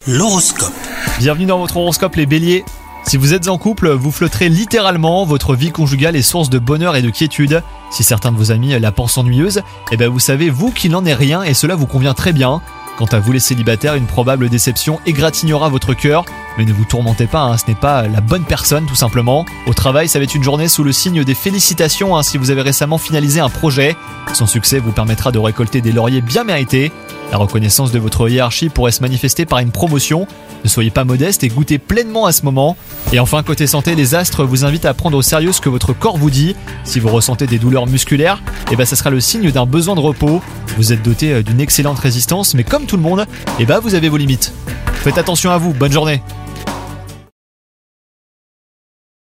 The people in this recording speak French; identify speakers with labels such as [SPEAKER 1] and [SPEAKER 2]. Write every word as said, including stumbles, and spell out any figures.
[SPEAKER 1] L'horoscope.
[SPEAKER 2] Bienvenue dans votre horoscope les béliers. Si vous êtes en couple, vous flotterez littéralement, votre vie conjugale est source de bonheur et de quiétude. Si certains de vos amis la pensent ennuyeuse, eh ben vous savez vous qu'il n'en est rien et cela vous convient très bien. Quant à vous les célibataires, une probable déception égratignera votre cœur. Mais ne vous tourmentez pas, hein, ce n'est pas la bonne personne tout simplement. Au travail, ça va être une journée sous le signe des félicitations hein, si vous avez récemment finalisé un projet. Son succès vous permettra de récolter des lauriers bien mérités. La reconnaissance de votre hiérarchie pourrait se manifester par une promotion. Ne soyez pas modeste et goûtez pleinement à ce moment. Et enfin, côté santé, les astres vous invitent à prendre au sérieux ce que votre corps vous dit. Si vous ressentez des douleurs musculaires, eh ben, ça sera le signe d'un besoin de repos. Vous êtes doté d'une excellente résistance, mais comme tout le monde, eh ben, vous avez vos limites. Faites attention à vous, bonne journée.